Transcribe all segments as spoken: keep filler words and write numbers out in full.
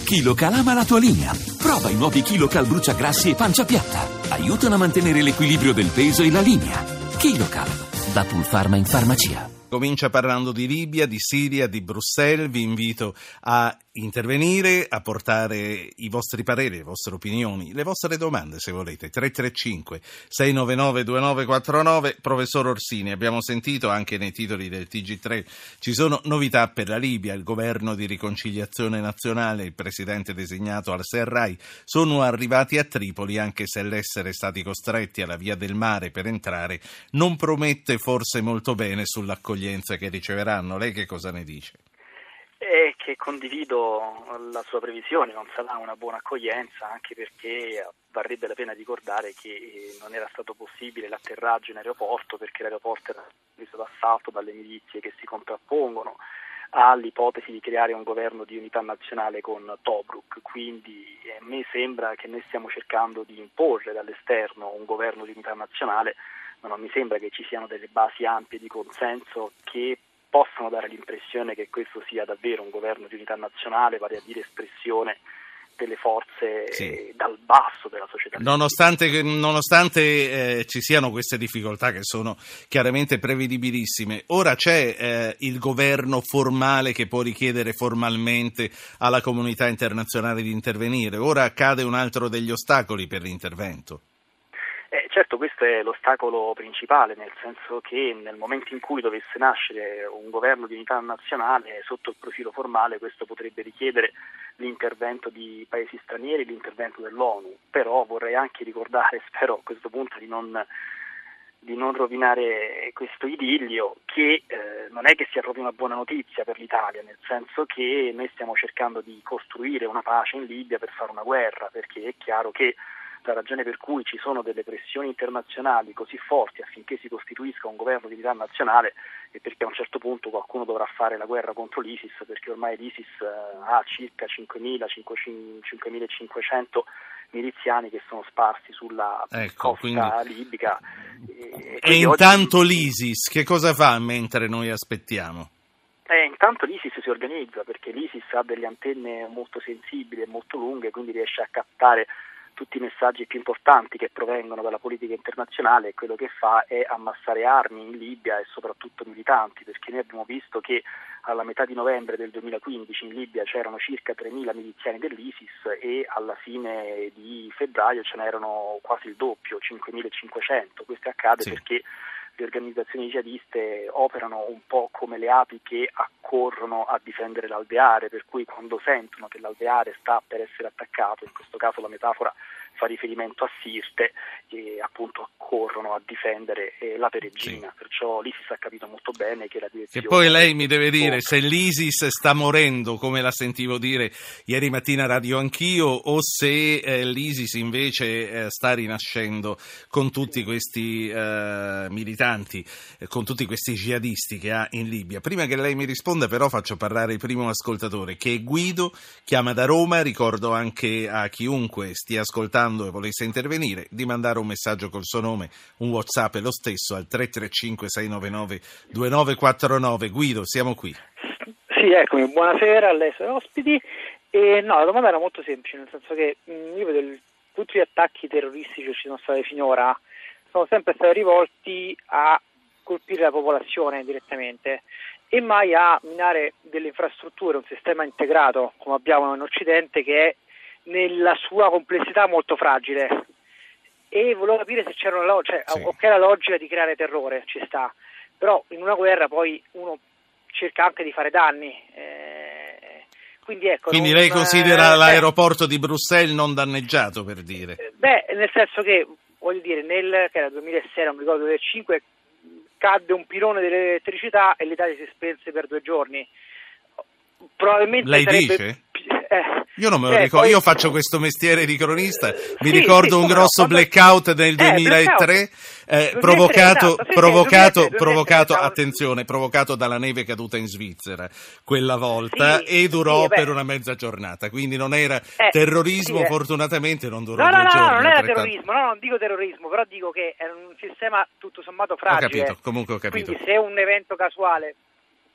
KiloCal ama la tua linea. Prova i nuovi KiloCal bruciagrassi e pancia piatta. Aiutano a mantenere l'equilibrio del peso e la linea. KiloCal, da Pulpharma in farmacia. Comincia parlando di Libia, di Siria, di Bruxelles. Vi invito a intervenire, a portare i vostri pareri, le vostre opinioni, le vostre domande se volete. tre tre cinque sei nove nove due nove quattro nove. Professor Orsini, abbiamo sentito anche nei titoli del T G tre, ci sono novità per la Libia. Il governo di riconciliazione nazionale, il presidente designato al-Serraj sono arrivati a Tripoli, anche se l'essere stati costretti alla via del mare per entrare non promette forse molto bene sull'accoglienza che riceveranno. Lei che cosa ne dice? E che condivido la sua previsione, non sarà una buona accoglienza, anche perché varrebbe la pena ricordare che non era stato possibile l'atterraggio in aeroporto perché l'aeroporto era preso d'assalto dalle milizie che si contrappongono all'ipotesi di creare un governo di unità nazionale con Tobruk. Quindi a me sembra che noi stiamo cercando di imporre dall'esterno un governo di unità nazionale, ma non mi sembra che ci siano delle basi ampie di consenso che possano dare l'impressione che questo sia davvero un governo di unità nazionale, vale a dire espressione delle forze sì. dal basso della società. Nonostante, nonostante eh, ci siano queste difficoltà che sono chiaramente prevedibilissime, ora c'è eh, il governo formale che può richiedere formalmente alla comunità internazionale di intervenire. Ora accade un altro degli ostacoli per l'intervento. Eh, certo, questo è l'ostacolo principale, nel senso che nel momento in cui dovesse nascere un governo di unità nazionale sotto il profilo formale, questo potrebbe richiedere l'intervento di paesi stranieri, l'intervento dell'ONU. Però vorrei anche ricordare, spero a questo punto di non, di non rovinare questo idillio, che eh, non è che sia proprio una buona notizia per l'Italia, nel senso che noi stiamo cercando di costruire una pace in Libia per fare una guerra, perché è chiaro che la ragione per cui ci sono delle pressioni internazionali così forti affinché si costituisca un governo di unità nazionale è perché a un certo punto qualcuno dovrà fare la guerra contro l'ISIS, perché ormai l'ISIS ha circa cinquemilacinquecento miliziani che sono sparsi sulla ecco, costa quindi... libica. E, e intanto oggi... l'ISIS che cosa fa mentre noi aspettiamo? Eh, intanto l'ISIS si organizza, perché l'ISIS ha delle antenne molto sensibili e molto lunghe, quindi riesce a captare tutti i messaggi più importanti che provengono dalla politica internazionale, e quello che fa è ammassare armi in Libia e soprattutto militanti, perché noi abbiamo visto che alla metà di novembre del duemilaquindici in Libia c'erano circa tremila miliziani dell'ISIS e alla fine di febbraio ce n'erano quasi il doppio, cinquemilacinquecento. Questo accade sì. perché le organizzazioni jihadiste operano un po' come le api che accorrono a difendere l'alveare, per cui quando sentono che l'alveare sta per essere attaccato, in questo caso la metafora fa riferimento a Sirte, e appunto accorrono a difendere eh, la peregrina, sì. Perciò l'ISIS ha capito molto bene che la direzione... E poi lei mi deve dire se l'ISIS sta morendo, come la sentivo dire ieri mattina a Radio Anch'io, o se eh, l'ISIS invece eh, sta rinascendo con tutti questi eh, militanti, eh, con tutti questi jihadisti che ha in Libia. Prima che lei mi risponda però faccio parlare il primo ascoltatore, che è Guido, chiama da Roma. Ricordo anche a chiunque stia ascoltando e volesse intervenire di mandare un messaggio col suo nome, un WhatsApp è lo stesso al tre tre cinque sei nove nove due nove quattro nove. Guido, siamo qui. Sì, eccomi, buonasera a lei e ai suoi ospiti. E no, la domanda era molto semplice, nel senso che mh, io vedo il, tutti gli attacchi terroristici che ci sono stati finora sono sempre stati rivolti a colpire la popolazione direttamente e mai a minare delle infrastrutture, un sistema integrato come abbiamo in Occidente, che è nella sua complessità molto fragile. E volevo capire se c'era una logica, cioè, sì. ok, la logica di creare terrore ci sta, però in una guerra poi uno cerca anche di fare danni, eh, quindi ecco. Quindi non, lei considera eh, l'aeroporto di Bruxelles non danneggiato, per dire? Beh, nel senso che, voglio dire, nel che era duemilasei, non mi ricordo, duemilacinque, cadde un pilone dell'elettricità e l'Italia si spense per due giorni. Probabilmente lei sarebbe... dice? Eh, io non me lo eh, ricordo, poi... io faccio questo mestiere di cronista, mi sì, ricordo sì, un grosso no, quando... blackout nel duemilatré, eh, provocato, esatto, sì, provocato, duemilatré, provocato, duemilatré, attenzione, provocato dalla neve caduta in Svizzera quella volta, sì, e durò sì, per una mezza giornata, quindi non era eh, terrorismo, sì, eh. fortunatamente non durò no, due no, giorni. No, non era altrettanto... terrorismo, no, non dico terrorismo, però dico che è un sistema tutto sommato fragile. Ho capito, comunque ho capito. Quindi se un evento casuale,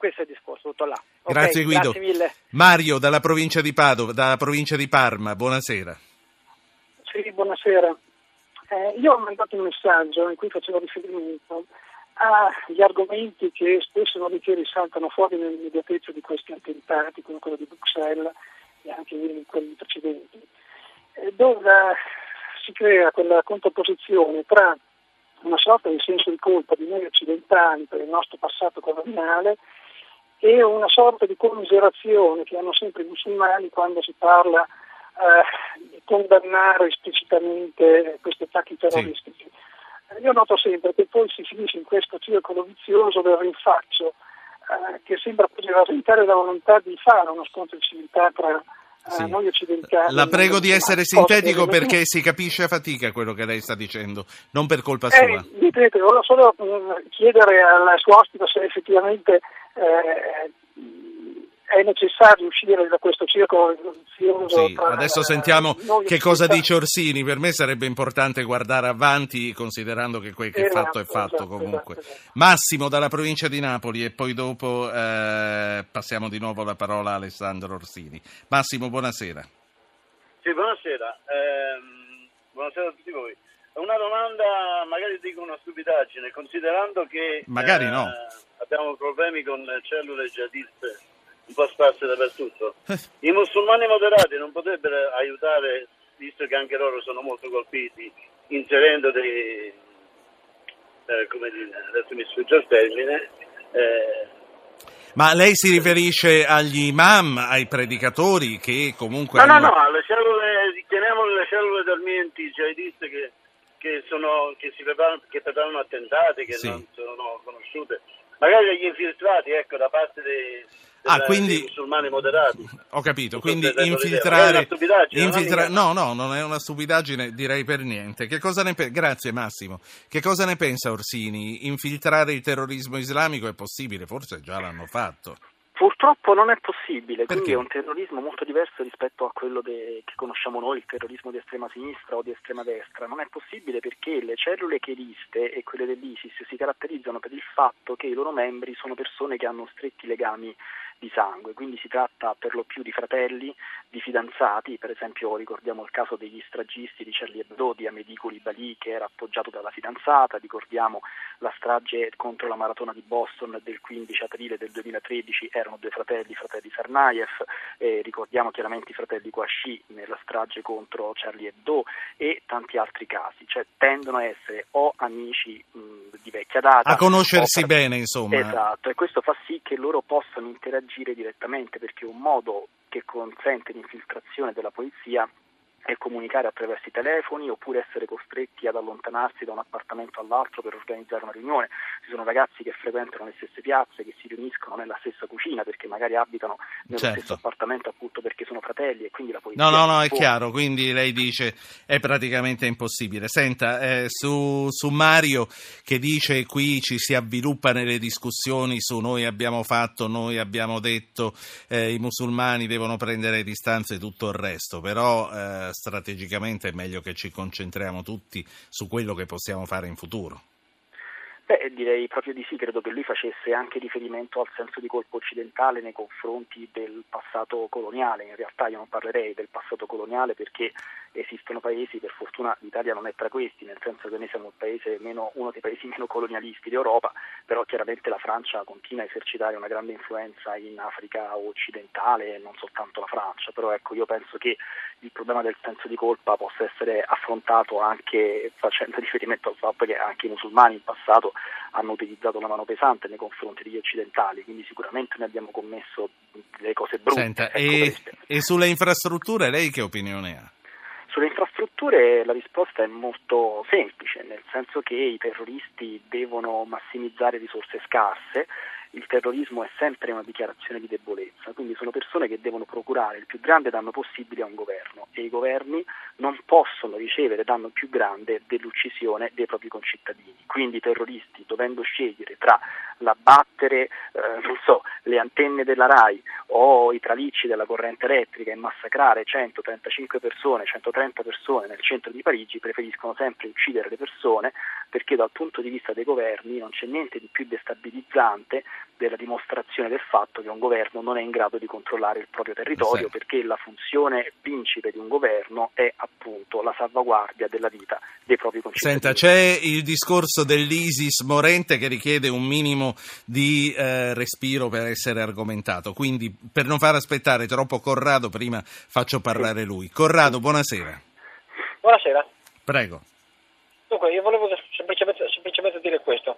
questo è il discorso, tutto là. Grazie Okay, Guido. Grazie mille. Mario dalla provincia di Padova, dalla provincia di Parma, buonasera. Sì, buonasera. Eh, io ho mandato un messaggio in cui facevo riferimento agli argomenti che spesso non risaltano fuori nell'immediatezza di questi attentati, come quello di Bruxelles e anche in quelli precedenti, eh, dove si crea quella contrapposizione tra una sorta di senso di colpa di noi occidentali per il nostro passato coloniale e una sorta di commiserazione che hanno sempre i musulmani quando si parla eh, di condannare esplicitamente questi attacchi terroristici. Sì. Io noto sempre che poi si finisce in questo circolo vizioso del rinfaccio eh, che sembra poi rasentare la volontà di fare uno scontro di civiltà tra Sì. Uh, noi occidentali. La prego di essere sintetico perché si capisce a fatica quello che lei sta dicendo, non per colpa sua. Eh, ripeto, volevo solo mh, chiedere al suo ospite se effettivamente eh, è necessario uscire da questo circolo vizioso. Sì, adesso sentiamo che cosa dice Orsini. Per me sarebbe importante guardare avanti, considerando che quel che è fatto è fatto esatto, comunque. Esatto, esatto. Massimo dalla provincia di Napoli e poi dopo eh, passiamo di nuovo la parola a Alessandro Orsini. Massimo, buonasera. Sì, buonasera. Eh, buonasera a tutti voi. Una domanda, magari dico una stupidaggine, considerando che magari eh, no. abbiamo problemi con cellule jihadiste un po' sparse dappertutto. I musulmani moderati non potrebbero aiutare, visto che anche loro sono molto colpiti, inserendo dei, eh, come dire, adesso mi sfugge il termine. Eh, Ma lei si riferisce agli imam, ai predicatori che comunque... No, hanno... no, no, alle cellule, chiamiamole le cellule dormienti jihadiste che, che, sono, che si preparano, che preparano attentati, che sì. non sono conosciute. Magari degli infiltrati, ecco, da parte dei... Ah, quindi, dei musulmani moderati. Ho capito, quindi so infiltrare... Infiltra... No, no, non è una stupidaggine, direi per niente. Che cosa ne pe... Grazie Massimo. Che cosa ne pensa Orsini? Infiltrare il terrorismo islamico è possibile? Forse già l'hanno fatto. Purtroppo non è possibile, Perché? quindi è un terrorismo molto diverso rispetto a quello de- che conosciamo noi, il terrorismo di estrema sinistra o di estrema destra. Non è possibile perché le cellule cheriste e quelle dell'ISIS si caratterizzano per il fatto che i loro membri sono persone che hanno stretti legami di sangue, quindi si tratta per lo più di fratelli, di fidanzati. Per esempio ricordiamo il caso degli stragisti di Charlie Hebdo, di Hamedi Koulibaly, che era appoggiato dalla fidanzata, ricordiamo la strage contro la maratona di Boston del quindici aprile del duemilatredici, erano due fratelli, fratelli Sarnaev, eh, ricordiamo chiaramente i fratelli Kouachi nella strage contro Charlie Hebdo e tanti altri casi, cioè tendono a essere o amici mh, di vecchia data, a conoscersi per... bene, insomma. Esatto, e questo fa sì che loro possano interagire direttamente, perché un modo che consente l'infiltrazione della polizia è comunicare attraverso i telefoni oppure essere costretti ad allontanarsi da un appartamento all'altro per organizzare una riunione. Ci sono ragazzi che frequentano le stesse piazze, che si riuniscono nella stessa cucina perché magari abitano nello certo. stesso appartamento, appunto perché sono fratelli, e quindi la polizia... No, no, no, è può... chiaro, quindi lei dice è praticamente impossibile. Senta, eh, su, su Mario che dice qui ci si avviluppa nelle discussioni su noi abbiamo fatto, noi abbiamo detto, eh, i musulmani devono prendere distanze e tutto il resto, però... Eh, strategicamente è meglio che ci concentriamo tutti su quello che possiamo fare in futuro. Beh, direi proprio di sì, credo che lui facesse anche riferimento al senso di colpa occidentale nei confronti del passato coloniale. In realtà io non parlerei del passato coloniale perché esistono paesi, per fortuna l'Italia non è tra questi, nel senso che noi siamo il paese meno, uno dei paesi meno colonialisti d'Europa, però chiaramente la Francia continua a esercitare una grande influenza in Africa occidentale e non soltanto la Francia, però ecco io penso che il problema del senso di colpa possa essere affrontato anche facendo riferimento al fatto che anche i musulmani in passato hanno utilizzato una mano pesante nei confronti degli occidentali, quindi sicuramente ne abbiamo commesso delle cose brutte. Senta, ecco, e, e sulle infrastrutture lei che opinione ha? Sulle infrastrutture la risposta è molto semplice, nel senso che i terroristi devono massimizzare risorse scarse. Il terrorismo è sempre una dichiarazione di debolezza, quindi sono persone che devono procurare il più grande danno possibile a un governo e i governi non possono ricevere danno più grande dell'uccisione dei propri concittadini. Quindi i terroristi, dovendo scegliere tra l'abbattere eh, non so, le antenne della RAI o i tralicci della corrente elettrica e massacrare centotrentacinque persone, centotrenta persone nel centro di Parigi, preferiscono sempre uccidere le persone perché dal punto di vista dei governi non c'è niente di più destabilizzante della dimostrazione del fatto che un governo non è in grado di controllare il proprio territorio, sì. perché la funzione principe di un governo è appunto la salvaguardia della vita dei propri concittadini. Senta, c'è il discorso dell'ISIS morente che richiede un minimo di eh, respiro per essere argomentato, quindi per non far aspettare troppo Corrado, prima faccio parlare sì. lui. Corrado, buonasera. Buonasera. Prego. Dunque, io volevo semplicemente, semplicemente dire questo.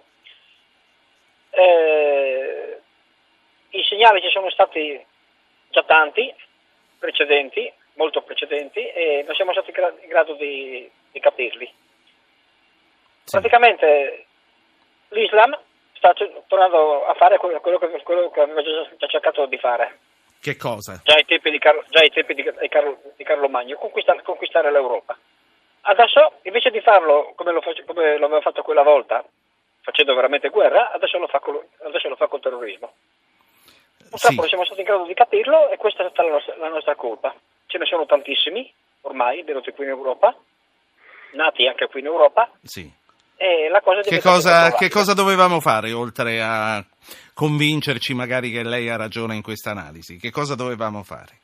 Eh, I segnali ci sono stati già tanti, precedenti, molto precedenti, e non siamo stati in grado di, di capirli. Sì. Praticamente l'Islam sta tornando a fare quello, quello, che, quello che aveva già, già cercato di fare. Che cosa? Già ai tempi di Carlo, già ai tempi di, di, Carlo, di Carlo Magno, conquistare, conquistare l'Europa. Adesso, invece di farlo come lo, face, come lo aveva fatto quella volta, facendo veramente guerra, adesso lo fa col, adesso lo fa col terrorismo. Purtroppo sì. non siamo stati in grado di capirlo e questa è stata la nostra, la nostra colpa. Ce ne sono tantissimi, ormai, venuti qui in Europa, nati anche qui in Europa. Sì. E la cosa che, cosa, che cosa dovevamo fare, oltre a convincerci magari che lei ha ragione in questa analisi? Che cosa dovevamo fare?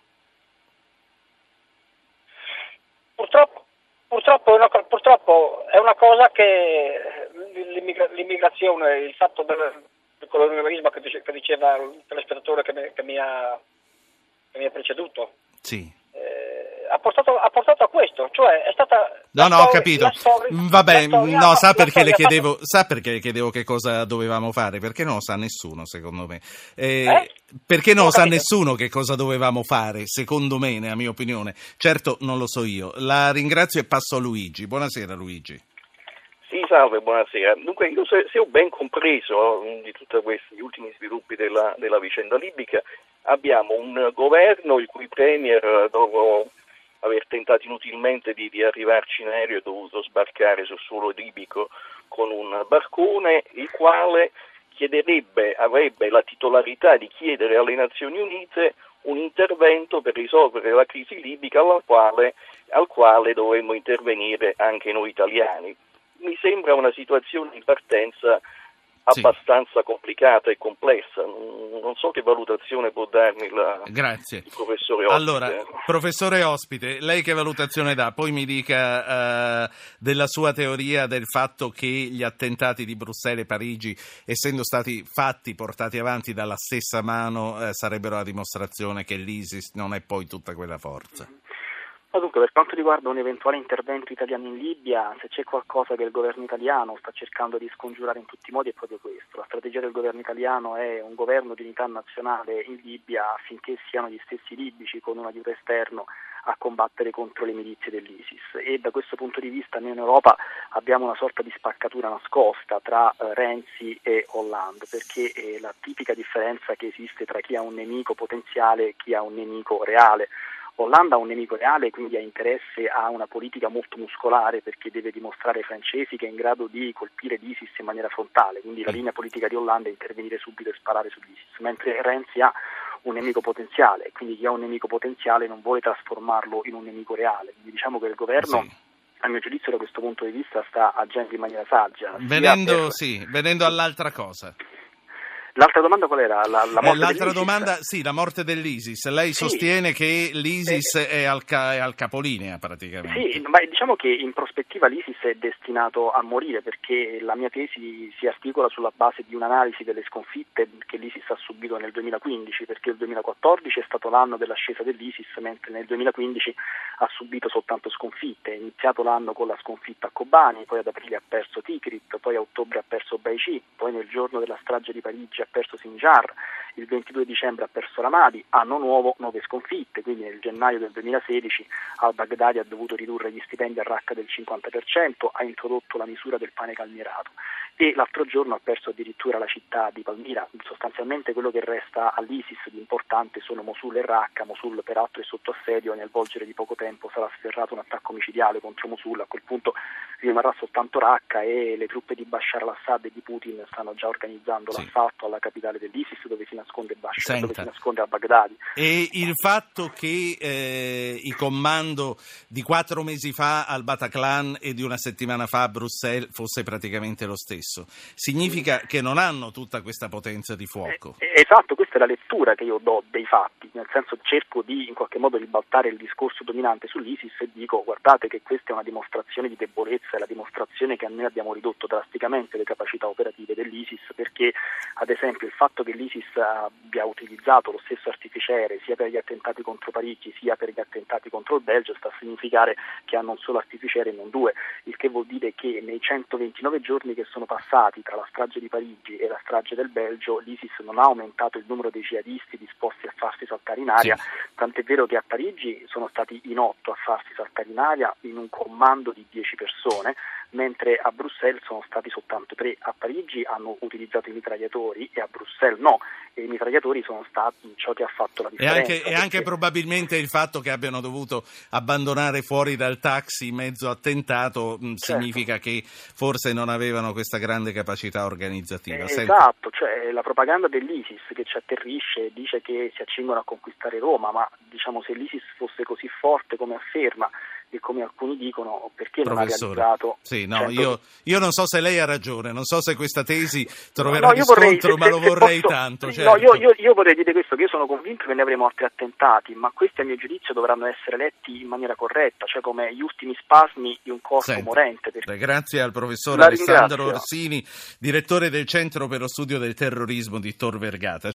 Purtroppo, purtroppo, è, una, purtroppo è una cosa che l'immigra- l'immigrazione, il fatto del, del colonialismo che, dice, che diceva il telespettatore che mi, che mi, ha, che mi ha preceduto, sì. eh, ha, portato, ha portato a questo, cioè è stata... No, no, storia, ho capito. Storia, Vabbè, storia, no, sa perché le storia, chiedevo, sa perché le chiedevo che cosa dovevamo fare? Perché non lo sa nessuno, secondo me. Eh, eh? Perché non lo sa capito. nessuno che cosa dovevamo fare, secondo me, nella mia opinione. Certo, non lo so io. La ringrazio e passo a Luigi. Buonasera, Luigi. Sì, salve, buonasera. Dunque, io se, se ho ben compreso di tutti questi ultimi sviluppi della, della vicenda libica, abbiamo un governo il cui premier, dopo aver tentato inutilmente di, di arrivarci in aereo, è dovuto sbarcare sul suolo libico con un barcone, il quale chiederebbe, avrebbe la titolarità di chiedere alle Nazioni Unite un intervento per risolvere la crisi libica alla quale, al quale dovremmo intervenire anche noi italiani. Mi sembra una situazione di partenza abbastanza sì. complicata e complessa. Non so che valutazione può darmi la, Grazie. il professore Ospite. Allora, professore Ospite, lei che valutazione dà? Poi mi dica uh, della sua teoria del fatto che gli attentati di Bruxelles e Parigi, essendo stati fatti, portati avanti dalla stessa mano, uh, sarebbero la dimostrazione che l'ISIS non è poi tutta quella forza. Dunque, per quanto riguarda un eventuale intervento italiano in Libia, se c'è qualcosa che il governo italiano sta cercando di scongiurare in tutti i modi è proprio questo. La strategia del governo italiano è un governo di unità nazionale in Libia affinché siano gli stessi libici con un aiuto esterno a combattere contro le milizie dell'ISIS, e da questo punto di vista noi in Europa abbiamo una sorta di spaccatura nascosta tra eh, Renzi e Hollande, perché è la tipica differenza che esiste tra chi ha un nemico potenziale e chi ha un nemico reale. Hollande ha un nemico reale, quindi ha interesse a una politica molto muscolare, perché deve dimostrare ai francesi che è in grado di colpire l'ISIS in maniera frontale, quindi la linea politica di Hollande è intervenire subito e sparare sull'ISIS, mentre Renzi ha un nemico potenziale, quindi chi ha un nemico potenziale non vuole trasformarlo in un nemico reale, quindi diciamo che il governo sì. a mio giudizio da questo punto di vista sta agendo in maniera saggia. Venendo, per... sì, venendo all'altra cosa. L'altra domanda qual era? La, la morte L'altra dell'ISIS? domanda, sì, la morte dell'ISIS. Lei sì. sostiene che l'ISIS eh, è, al ca- è al capolinea praticamente. Sì, ma diciamo che in prospettiva l'ISIS è destinato a morire, perché la mia tesi si articola sulla base di un'analisi delle sconfitte che l'ISIS ha subito nel duemilaquindici, perché il duemilaquattordici è stato l'anno dell'ascesa dell'ISIS, mentre nel duemilaquindici ha subito soltanto sconfitte. È iniziato l'anno con la sconfitta a Kobani, poi ad aprile ha perso Tikrit, poi a ottobre ha perso Baici, poi nel giorno della strage di Parigi ha perso Sinjar, il ventidue dicembre ha perso Ramadi, anno nuovo, nuove sconfitte, quindi nel gennaio del duemilasedici al-Baghdadi ha dovuto ridurre gli stipendi a Raqqa del cinquanta per cento, ha introdotto la misura del pane calmierato e l'altro giorno ha perso addirittura la città di Palmira. Sostanzialmente quello che resta all'ISIS di importante sono Mosul e Raqqa. Mosul peraltro è sotto assedio e nel volgere di poco tempo sarà sferrato un attacco micidiale contro Mosul, a quel punto rimarrà soltanto Raqqa e le truppe di Bashar al-Assad e di Putin stanno già organizzando sì. l'assalto alla capitale dell'ISIS dove si nasconde Bashar, dove si nasconde al-Baghdadi. E il fatto che eh, il comando di quattro mesi fa al Bataclan e di una settimana fa a Bruxelles fosse praticamente lo stesso? successo. Significa che non hanno tutta questa potenza di fuoco. Eh, esatto, questa è la lettura che io do dei fatti, nel senso cerco di in qualche modo ribaltare il discorso dominante sull'ISIS e dico guardate che questa è una dimostrazione di debolezza, è la dimostrazione che noi abbiamo ridotto drasticamente le capacità operative dell'ISIS, perché ad esempio il fatto che l'ISIS abbia utilizzato lo stesso artificiere sia per gli attentati contro Parigi sia per gli attentati contro il Belgio sta a significare che hanno un solo artificiere e non due, il che vuol dire che nei centoventinove giorni che sono passati tra la strage di Parigi e la strage del Belgio l'ISIS non ha aumentato il numero dei jihadisti disposti a farsi saltare in aria, sì. Tant'è vero che a Parigi sono stati in otto a farsi saltare in aria in un comando di dieci persone, mentre a Bruxelles sono stati soltanto tre. A Parigi hanno utilizzato i mitragliatori e a Bruxelles no, e i mitragliatori sono stati ciò che ha fatto la differenza. E anche, perché... e anche probabilmente il fatto che abbiano dovuto abbandonare fuori dal taxi mezzo attentato mh, certo. Significa che forse non avevano questa grande capacità organizzativa. Eh, esatto, cioè la propaganda dell'ISIS che ci atterrisce dice che si accingono a conquistare Roma, ma diciamo se l'ISIS fosse così forte come afferma e come alcuni dicono, perché non Professore. ha realizzato... Sì, no, cento... io, io non so se lei ha ragione, non so se questa tesi troverà no, riscontro, vorrei, se, ma lo se vorrei posso... tanto. No, certo. io, io, io vorrei dire questo, che io sono convinto che ne avremo altri attentati, ma questi a mio giudizio dovranno essere letti in maniera corretta, cioè come gli ultimi spasmi di un corpo Senti, morente. Perché... Grazie al professor La Alessandro ringrazio. Orsini, direttore del Centro per lo Studio del Terrorismo di Tor Vergata.